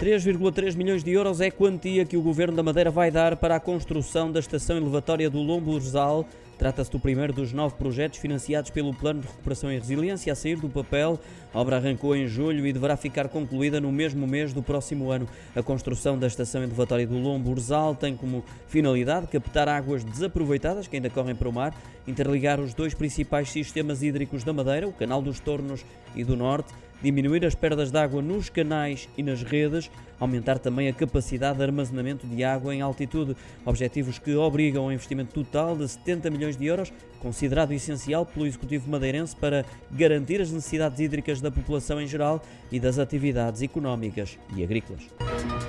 3,3 milhões de euros é a quantia que o Governo da Madeira vai dar para a construção da estação elevatória do Lombo-Urzal. Trata-se do primeiro dos 9 projetos financiados pelo Plano de Recuperação e Resiliência a sair do papel. A obra arrancou em julho e deverá ficar concluída no mesmo mês do próximo ano. A construção da estação elevatória do Lombo-Urzal tem como finalidade captar águas desaproveitadas que ainda correm para o mar, interligar os dois principais sistemas hídricos da Madeira, o Canal dos Tornos e do Norte, diminuir as perdas de água nos canais e nas redes, aumentar também a capacidade de armazenamento de água em altitude. Objetivos que obrigam a um investimento total de 70 milhões de euros, considerado essencial pelo Executivo madeirense para garantir as necessidades hídricas da população em geral e das atividades económicas e agrícolas.